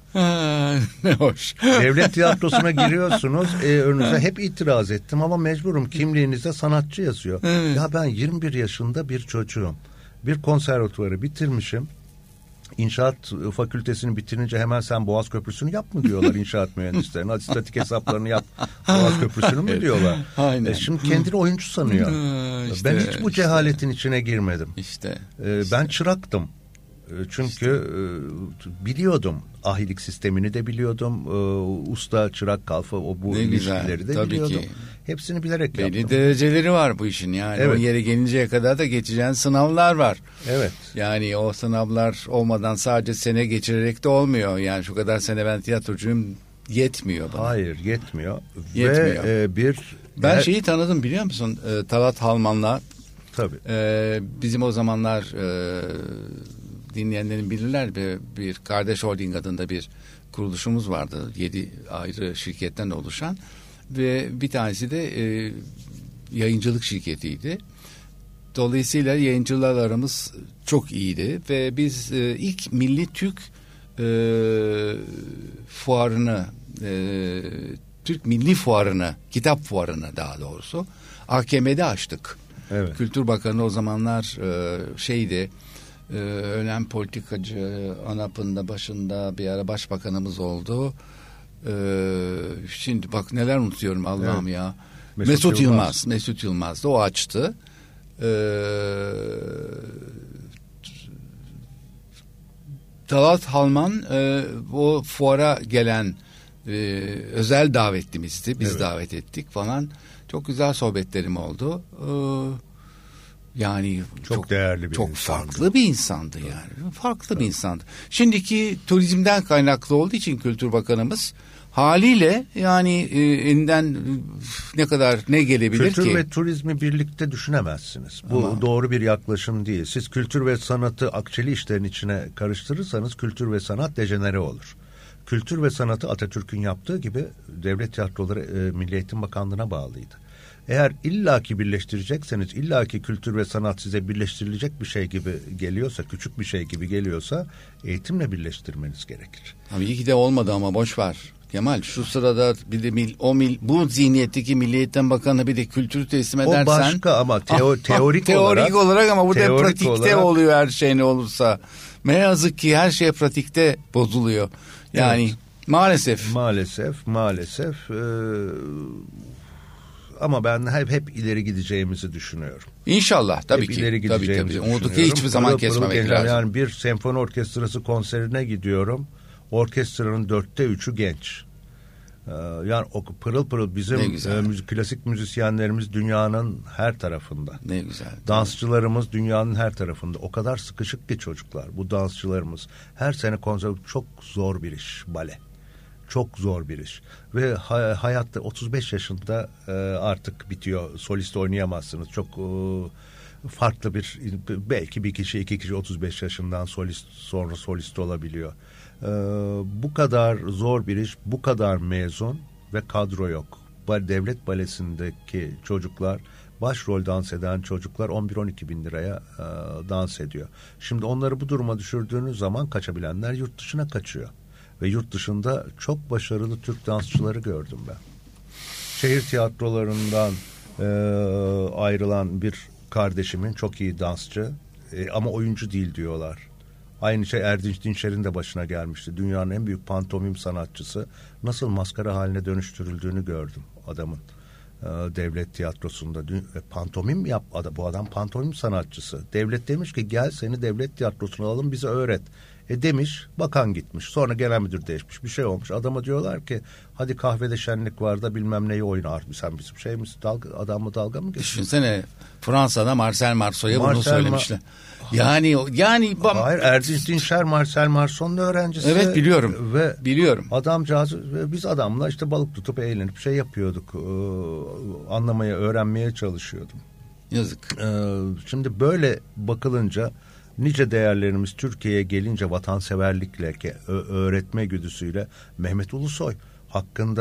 A: Ne hoş.
B: Devlet tiyatrosuna giriyorsunuz. Önünüze hep itiraz ettim ama mecburum. Kimliğinizde sanatçı yazıyor.
A: Evet.
B: Ya ben 21 yaşında bir çocuğum. Bir konservatuvarı bitirmişim. İnşaat fakültesini bitirince hemen sen Boğaz Köprüsü'nü yap mı diyorlar inşaat mühendislerine. Hadi statik hesaplarını yap. Boğaz Köprüsü'nü mü diyorlar.
A: Aynen.
B: Şimdi kendini oyuncu sanıyor.
A: İşte,
B: ben hiç bu cehaletin içine girmedim.
A: İşte.
B: Ben çıraktım. Çünkü biliyordum. Ahilik sistemini de biliyordum. Usta, çırak, kalfa bu ilişkileri de
A: tabii
B: biliyordum.
A: ki.
B: Hepsini bilerek
A: Belli
B: yaptım.
A: dereceleri var bu işin yani.
B: Evet.
A: O yere gelinceye kadar da geçeceğin sınavlar var.
B: Evet.
A: Yani o sınavlar olmadan sadece sene geçirerek de olmuyor. Yani şu kadar sene ben tiyatrocuyum yetmiyor bana.
B: Hayır, yetmiyor.
A: Yetmiyor.
B: Ve
A: ben şeyi tanıdım biliyor musun? Talat Halman'la.
B: Tabii.
A: Bizim o zamanlar dinleyenlerin bilirler bir Kardeş Holding adında bir kuruluşumuz vardı. 7 ayrı şirketten oluşan ve bir tanesi de yayıncılık şirketiydi. Dolayısıyla yayıncılarla aramız çok iyiydi ve biz ilk Milli Türk fuarını Türk Milli Fuarını, kitap fuarını daha doğrusu AKM'de açtık.
B: Evet.
A: Kültür Bakanı o zamanlar ölen politikacı ANAP'ın da başında bir ara başbakanımız oldu. Şimdi bak neler unutuyorum Allah'ım evet. Ya. Mesut Yılmaz da o açtı. Talat Halman o fuara gelen özel davetlimizdi. Biz evet. Davet ettik falan. Çok güzel sohbetlerim oldu. Yani
B: çok değerli bir
A: çok
B: insandı.
A: Farklı bir insandı yani. Farklı bir insandı. Şimdiki turizmden kaynaklı olduğu için Kültür Bakanımız haliyle yani elinden ne kadar ne gelebilir
B: kültür
A: ki?
B: Kültür ve turizmi birlikte düşünemezsiniz. Bu doğru bir yaklaşım değil. Siz kültür ve sanatı akçeli işlerin içine karıştırırsanız kültür ve sanat dejenere olur. Kültür ve sanatı Atatürk'ün yaptığı gibi devlet tiyatroları Milli Eğitim Bakanlığı'na bağlıydı. Eğer illaki birleştirecekseniz, illaki kültür ve sanat size birleştirilecek bir şey gibi geliyorsa, küçük bir şey gibi geliyorsa eğitimle birleştirmeniz gerekir.
A: Abi iyi ki de olmadı ama boş ver. Kemal şu sırada bir de bu zihniyetteki Milli Eğitim Bakanı bir de kültürü teslim edersen.
B: O başka ama teorik
A: olarak ama bu da pratikte
B: olarak,
A: oluyor her şey ne olursa. Ne yazık ki her şey pratikte bozuluyor. Yani evet.
B: Maalesef. Ama ben hep ileri gideceğimizi düşünüyorum.
A: İnşallah tabii
B: hep
A: ki.
B: İleri gideceğimizi
A: Umudu ki hiçbir zaman kesmemek lazım.
B: Yani bir senfoni orkestrası konserine gidiyorum. Orkestranın 3'ü genç. Yani o pırıl pırıl bizim klasik müzisyenlerimiz dünyanın her tarafında.
A: Ne güzel.
B: Dansçılarımız dünyanın her tarafında. O kadar sıkışık ki çocuklar. Bu dansçılarımız her sene konser, çok zor bir iş bale. Çok zor bir iş. Ve hayatta 35 yaşında artık bitiyor. Solist oynayamazsınız. Çok farklı belki bir kişi 2 kişi 35 yaşından sonra solist olabiliyor. Bu kadar zor bir iş, bu kadar mezun ve kadro yok. Devlet balesindeki çocuklar, başrol dans eden çocuklar 11-12 bin liraya dans ediyor. Şimdi onları bu duruma düşürdüğünüz zaman kaçabilenler yurt dışına kaçıyor. Ve yurt dışında çok başarılı Türk dansçıları gördüm ben. Şehir tiyatrolarından ayrılan bir kardeşimin çok iyi dansçı ama oyuncu değil diyorlar. Aynı şey Erdinç Dinçer'in de başına gelmişti. Dünyanın en büyük pantomim sanatçısı nasıl maskara haline dönüştürüldüğünü gördüm adamın. Devlet tiyatrosunda pantomim bu adam pantomim sanatçısı. Devlet demiş ki gel seni devlet tiyatrosuna alalım bize öğret. Demiş bakan gitmiş sonra genel müdür değişmiş bir şey olmuş. Adama diyorlar ki hadi kahvede şenlik var da bilmem neyi oyna. Sen bizim şey misin adamla dalga mı geçiyorsun?
A: Düşünsene Fransa'da Marcel Marceau'ya bunu söylemişler. Yani
B: hayır Erdinç Dinçer Marcel Marceau'nun öğrencisi.
A: Evet biliyorum. Biliyorum.
B: Adamcağız biz adamla işte balık tutup eğlenip şey yapıyorduk. Anlamaya, öğrenmeye çalışıyordum.
A: Yazık.
B: Şimdi böyle bakılınca nice değerlerimiz Türkiye'ye gelince vatanseverlikle, öğretme güdüsüyle Mehmet Ulusoy hakkında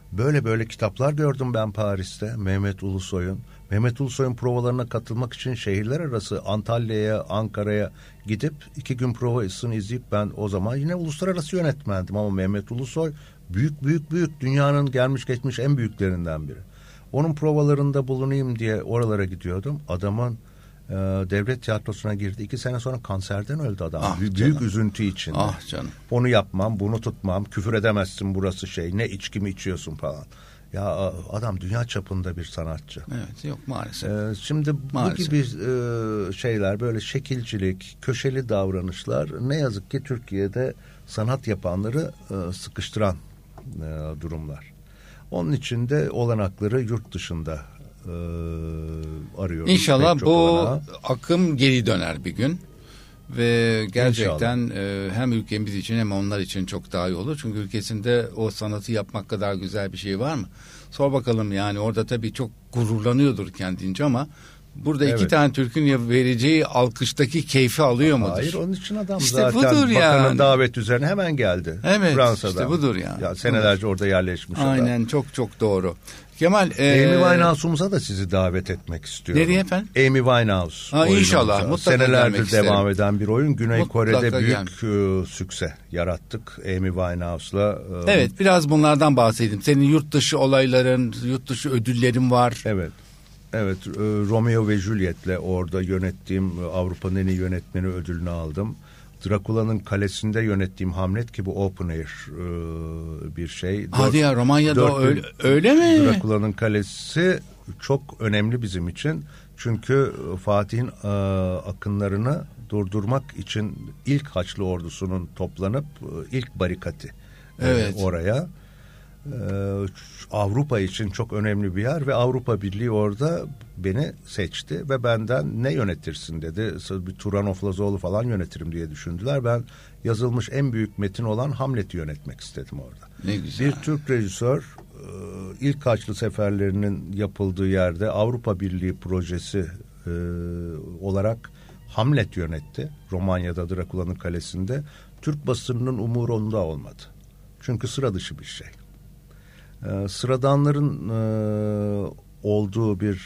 B: Böyle kitaplar gördüm ben Paris'te, Mehmet Ulusoy'un. Mehmet Ulusoy'un provalarına katılmak için şehirler arası Antalya'ya, Ankara'ya gidip 2 gün provasını izleyip, ben o zaman yine uluslararası yönetmendim ama Mehmet Ulusoy büyük dünyanın gelmiş geçmiş en büyüklerinden biri. Onun provalarında bulunayım diye oralara gidiyordum. Adamın devlet tiyatrosuna girdi. 2 sene sonra kanserden öldü adam.
A: Ah,
B: büyük üzüntü içinde.
A: Ah canım.
B: Onu yapmam, bunu tutmam, küfür edemezsin, burası şey, ne içki mi içiyorsun falan. Ya adam dünya çapında bir sanatçı.
A: Evet, yok maalesef.
B: Şimdi
A: maalesef.
B: bu gibi şeyler, böyle şekilcilik, köşeli davranışlar ne yazık ki Türkiye'de sanat yapanları sıkıştıran durumlar. Onun için de olanakları yurt dışında arıyoruz.
A: İnşallah bu akım geri döner bir gün. Ve gerçekten hem ülkemiz için hem onlar için çok daha iyi olur. Çünkü ülkesinde o sanatı yapmak kadar güzel bir şey var mı? Sor bakalım, yani orada tabii çok gururlanıyordur kendince ama burada 2 tane Türk'ün vereceği alkıştaki keyfi alıyor mudur?
B: Hayır, onun için adam
A: işte
B: zaten bakanın
A: yani
B: davet üzerine hemen geldi.
A: Evet,
B: Fransa'dan.
A: işte budur yani.
B: Ya senelerce orada yerleşmiş.
A: Aynen,
B: adam.
A: çok doğru. Kemal,
B: Amy Winehouse'umuza da sizi davet etmek istiyorum.
A: Nereye efendim?
B: Amy Winehouse.
A: İnşallah, mutlaka
B: senelerdir devam eden bir oyun. Güney
A: mutlaka
B: Kore'de büyük sükse yarattık Amy Winehouse'la.
A: Evet, biraz bunlardan bahsedeyim. Senin yurt dışı olayların, yurt dışı ödüllerin var.
B: Evet, Romeo ve Juliet'le orada yönettiğim Avrupa'nın en iyi yönetmeni ödülünü aldım. Drakula'nın kalesinde yönettiğim Hamlet, ki bu open air bir şey.
A: Hadi ya, Romanya'da öyle mi?
B: Drakula'nın kalesi çok önemli bizim için. Çünkü Fatih'in akınlarını durdurmak için ilk Haçlı ordusunun toplanıp ilk barikati oraya. Avrupa için çok önemli bir yer ve Avrupa Birliği orada beni seçti ve benden ne yönetirsin dedi. Bir Turanov Lazoğlu falan yönetirim diye düşündüler. Ben yazılmış en büyük metin olan Hamlet'i yönetmek istedim orada.
A: Ne güzel.
B: Bir Türk rejisör ilk Haçlı seferlerinin yapıldığı yerde Avrupa Birliği projesi olarak Hamlet yönetti. Romanya'da Drakula'nın kalesinde. Türk basınının umurunda olmadı. Çünkü sıra dışı bir şey. Sıradanların olduğu bir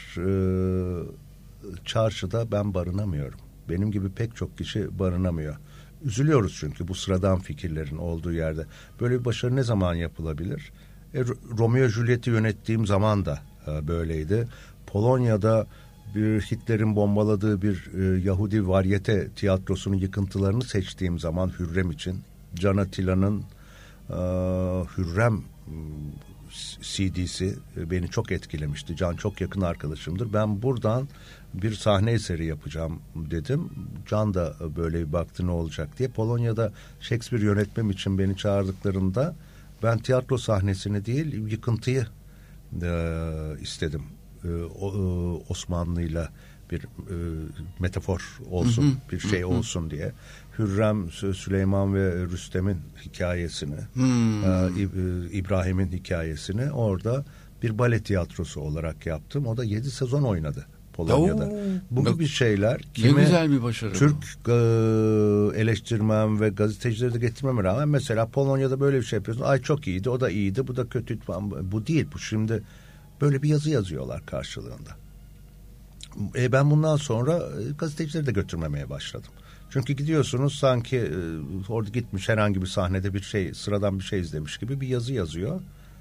B: çarşıda ben barınamıyorum. Benim gibi pek çok kişi barınamıyor. Üzülüyoruz çünkü bu sıradan fikirlerin olduğu yerde. Böyle bir başarı ne zaman yapılabilir? Romeo Juliet'i yönettiğim zaman da böyleydi. Polonya'da Hitler'in bombaladığı bir Yahudi varyete tiyatrosunun yıkıntılarını seçtiğim zaman Hürrem için, Can Atilla'nın Hürrem CD'si beni çok etkilemişti. Can çok yakın arkadaşımdır. Ben buradan bir sahne eseri yapacağım dedim. Can da böyle bir baktı ne olacak diye. Polonya'da Shakespeare yönetmem için beni çağırdıklarında ben tiyatro sahnesini değil yıkıntıyı istedim. Osmanlı'yla bir metafor olsun, bir şey olsun diye. Hürrem, Süleyman ve Rüstem'in hikayesini, İbrahim'in hikayesini orada bir bale tiyatrosu olarak yaptım. O da 7 sezon oynadı Polonya'da. Bu gibi şeyler
A: ne güzel bir başarı.
B: Türk eleştirmen ve gazetecileri de getirmeme rağmen mesela Polonya'da böyle bir şey yapıyorsun. Ay çok iyiydi, o da iyiydi, bu da kötüydü. Bu değil, bu şimdi böyle bir yazı yazıyorlar karşılığında. Ben bundan sonra gazetecileri de götürmemeye başladım. Çünkü gidiyorsunuz sanki orada gitmiş herhangi bir sahnede bir şey, sıradan bir şey izlemiş gibi bir yazı yazıyor.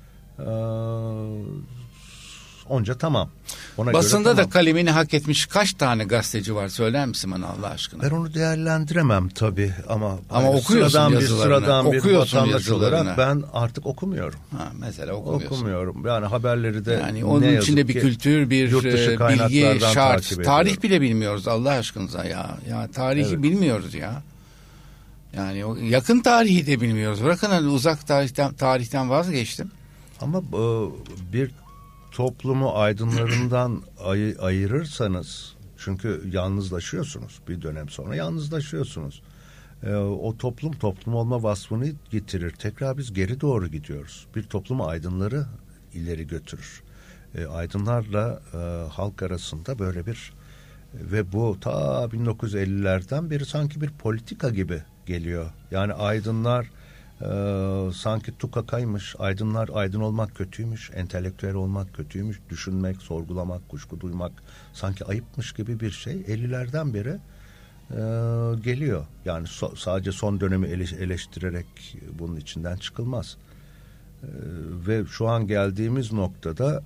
B: Onca tamam. Ona
A: basında
B: göre,
A: da kalemini hak etmiş kaç tane gazeteci var, söyler misin bana Allah aşkına?
B: Ben onu değerlendiremem tabii ama
A: okuyorsun
B: sıradan bir vatandaş
A: yazılarını.
B: olarak ben artık okumuyorum.
A: Mesela okumuyorsun.
B: Okumuyorum. Yani haberleri de
A: yani onun içinde bir kültür, bir bilgi şart. Tarih bile bilmiyoruz Allah aşkınıza ya. Ya tarihi bilmiyoruz ya. Yani o yakın tarihi de bilmiyoruz. Bırakın hani uzak tarihten vazgeçtim.
B: Ama bir toplumu aydınlarından ayırırsanız, çünkü yalnızlaşıyorsunuz, bir dönem sonra yalnızlaşıyorsunuz. O toplum olma vasfını getirir. Tekrar biz geri doğru gidiyoruz. Bir toplumu aydınları ileri götürür. Aydınlarla halk arasında böyle bir ve bu ta 1950'lerden beri sanki bir politika gibi geliyor. Yani aydınlar Sanki tukakaymış, aydınlar aydın olmak kötüymüş, entelektüel olmak kötüymüş, düşünmek, sorgulamak, kuşku duymak sanki ayıpmış gibi bir şey 50'lerden beri geliyor. Yani sadece son dönemi eleştirerek bunun içinden çıkılmaz. Ve şu an geldiğimiz noktada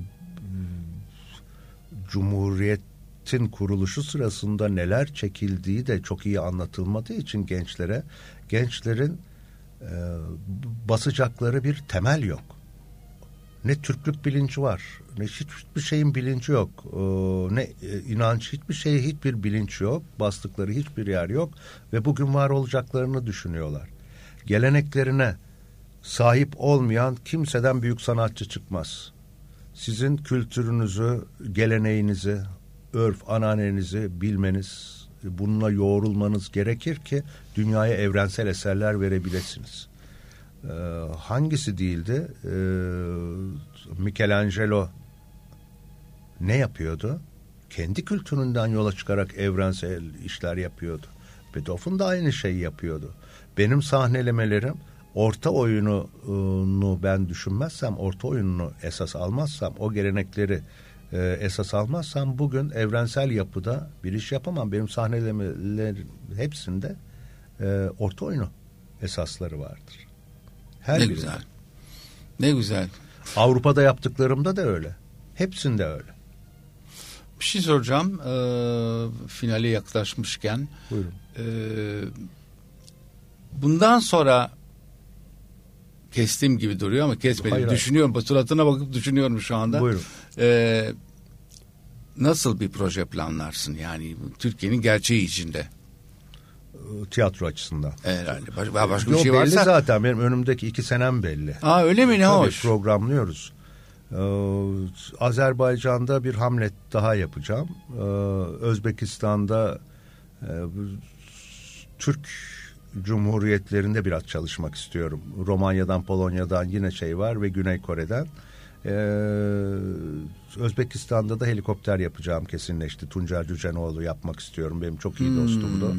B: Cumhuriyet'in kuruluşu sırasında neler çekildiği de çok iyi anlatılmadığı için gençlerin basacakları bir temel yok. Ne Türklük bilinci var, ne hiçbir şeyin bilinci yok, ne inanç, hiçbir bilinç yok, bastıkları hiçbir yer yok ve bugün var olacaklarını düşünüyorlar. Geleneklerine sahip olmayan kimseden büyük sanatçı çıkmaz. Sizin kültürünüzü, geleneğinizi, örf, ananenizi bilmeniz, bununla yoğrulmanız gerekir ki dünyaya evrensel eserler verebilirsiniz. Hangisi değildi? Michelangelo ne yapıyordu? Kendi kültüründen yola çıkarak evrensel işler yapıyordu. Beethoven da aynı şeyi yapıyordu. Benim sahnelemelerim orta oyununu ben düşünmezsem, orta oyununu esas almazsam, o gelenekleri esas almazsam bugün evrensel yapıda bir iş yapamam. Benim sahnelemelerim hepsinde orta oyunu esasları vardır.
A: Ne birinde. Güzel. Ne güzel.
B: Avrupa'da yaptıklarımda da öyle. Hepsinde öyle.
A: Bir şey soracağım. Finale yaklaşmışken.
B: Buyurun.
A: Bundan sonra kestiğim gibi duruyor ama kesmedim.
B: Hayır,
A: düşünüyorum. Suratına bakıp düşünüyorum şu anda.
B: Buyurun.
A: Nasıl bir proje planlarsın? Yani Türkiye'nin gerçeği içinde.
B: Tiyatro açısından.
A: Herhalde. Başka bir şey varsa.
B: Belli zaten. Benim önümdeki 2 senem belli.
A: Öyle mi? Ne
B: tabii
A: hoş.
B: Programlıyoruz. Azerbaycan'da bir Hamlet daha yapacağım. Özbekistan'da Türk Cumhuriyetlerinde biraz çalışmak istiyorum. Romanya'dan, Polonya'dan yine şey var ve Güney Kore'den. Özbekistan'da da helikopter yapacağım kesinleşti. Tuncer Cücenoğlu yapmak istiyorum. Benim çok iyi dostumdu.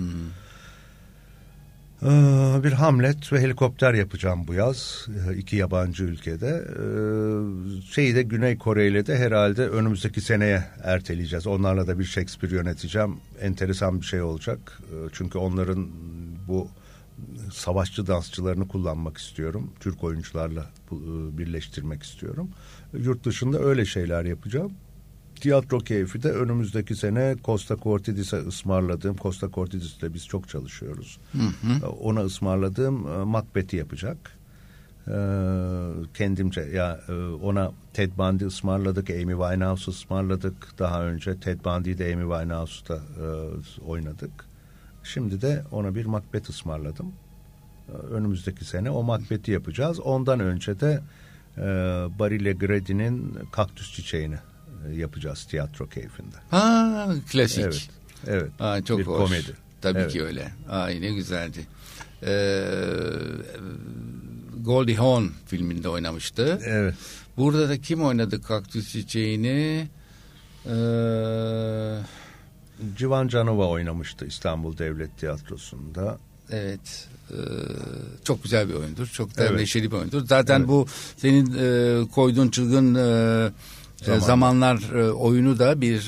B: Bir Hamlet ve helikopter yapacağım bu yaz. 2 yabancı ülkede. Şeyi de Güney Kore ile de herhalde önümüzdeki seneye erteleyeceğiz. Onlarla da bir Shakespeare yöneteceğim. Enteresan bir şey olacak. Çünkü onların bu savaşçı dansçılarını kullanmak istiyorum. Türk oyuncularla birleştirmek istiyorum. Yurt dışında öyle şeyler yapacağım. Tiyatro keyfi de önümüzdeki sene Costa Cortidis'e ısmarladığım, Costa Cortidis'te biz çok çalışıyoruz. Ona ısmarladığım Macbeth'i yapacak. Kendimce ona Ted Bundy ısmarladık, Amy Winehouse ısmarladık. Daha önce Ted Bundy'yi de Amy Winehouse'da oynadık. Şimdi de ona bir Macbeth ısmarladım. Önümüzdeki sene o Macbeth'i yapacağız. Ondan önce de Barry Legredy'nin Kaktüs Çiçeğini yapacağız tiyatro keyfinde.
A: Klasik.
B: Evet.
A: Çok
B: bir
A: hoş.
B: Komedi.
A: Tabii ki öyle. Ne güzeldi. Goldie Hawn filminde oynamıştı.
B: Evet.
A: Burada da kim oynadı Kaktüs Çiçeğini?
B: Civan Canova oynamıştı İstanbul Devlet Tiyatrosu'nda.
A: Evet. Çok güzel bir oyundur. Çok da neşeli bir oyundur. Zaten bu senin koyduğun çılgın zamanlar oyunu da bir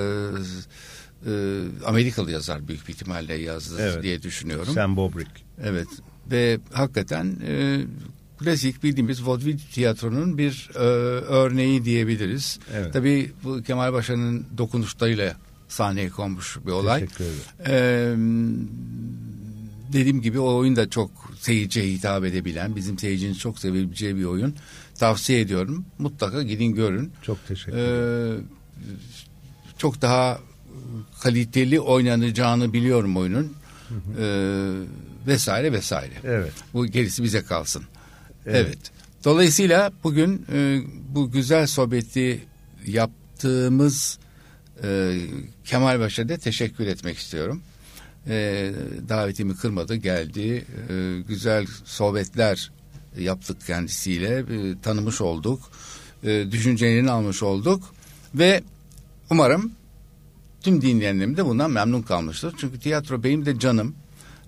A: Amerikalı yazar büyük bir ihtimalle yazdı diye düşünüyorum.
B: Sam Bobrick.
A: Evet. Ve hakikaten klasik bildiğimiz vaudeville tiyatronun bir örneği diyebiliriz.
B: Evet.
A: Tabii bu Kemal Paşa'nın dokunuşlarıyla sahneye konmuş bir olay.
B: Teşekkür ederim.
A: Dediğim gibi o oyun da çok seyirciye hitap edebilen, bizim seyircinin çok sevebileceği bir oyun. Tavsiye ediyorum. Mutlaka gidin görün.
B: Çok teşekkür ederim.
A: Çok daha kaliteli oynanacağını biliyorum oyunun. Vesaire vesaire.
B: Evet.
A: Bu gerisi bize kalsın. Evet. Dolayısıyla bugün bu güzel sohbeti yaptığımız Kemal Paşa'da teşekkür etmek istiyorum. Davetimi kırmadı, geldi. Güzel sohbetler yaptık kendisiyle. Tanımış olduk. Düşüncelerini almış olduk. Ve umarım tüm dinleyenlerim de bundan memnun kalmıştır. Çünkü tiyatro benim de canım.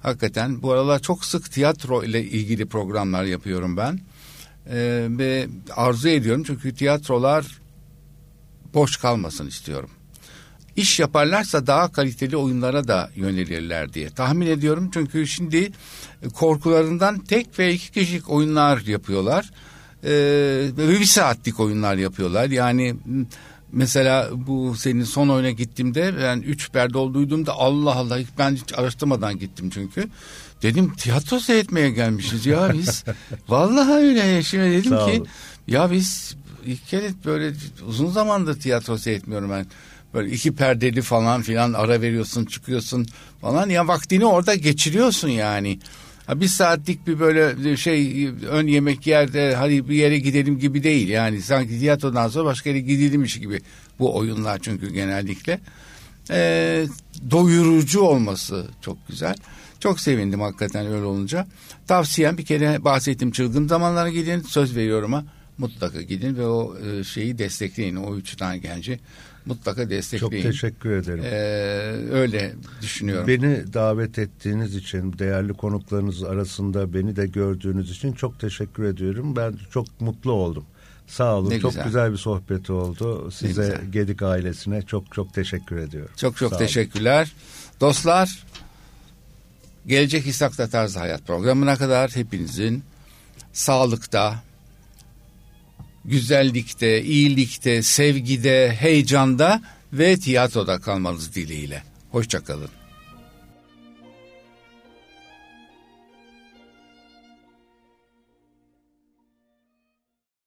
A: Hakikaten bu aralar çok sık tiyatro ile ilgili programlar yapıyorum ben. Ve arzu ediyorum çünkü tiyatrolar boş kalmasın istiyorum. İş yaparlarsa daha kaliteli oyunlara da yönelirler diye tahmin ediyorum. Çünkü şimdi korkularından tek ve 2 kişilik oyunlar yapıyorlar. Ve 1 saatlik oyunlar yapıyorlar. Yani mesela bu senin son oyuna gittiğimde ben 3 perde olduğuydum da Allah Allah ben hiç araştırmadan gittim çünkü. Dedim tiyatro seyretmeye gelmişiz ya biz. Vallahi öyle. Şimdi dedim ki ya biz ilk kere böyle uzun zamandır tiyatro seyretmiyorum ben. Böyle 2 perdeli falan filan ara veriyorsun çıkıyorsun falan ya vaktini orada geçiriyorsun yani. 1 saatlik bir böyle şey ön yemek yerde hadi bir yere gidelim gibi değil yani sanki tiyatrodan sonra başka yere gidilmiş gibi bu oyunlar çünkü genellikle doyurucu olması çok güzel. Çok sevindim hakikaten öyle olunca. Tavsiyem bir kere bahsettiğim Çılgın Zamanlara gidin söz veriyorum ha mutlaka gidin ve o şeyi destekleyin o 3 tane genci. Mutlaka destekleyin.
B: Çok teşekkür ederim.
A: Öyle düşünüyorum.
B: Beni davet ettiğiniz için, değerli konuklarınız arasında beni de gördüğünüz için çok teşekkür ediyorum. Ben çok mutlu oldum. Sağ olun. Çok güzel bir sohbet oldu. Size Gedik ailesine çok teşekkür ediyorum.
A: Çok teşekkürler. Dostlar, Gelecek İshak'ta Tarzı Hayat programına kadar hepinizin sağlıkta, güzellikte, iyilikte, sevgide, heyecanda ve tiyatroda kalmanız dileğiyle. Hoşça kalın.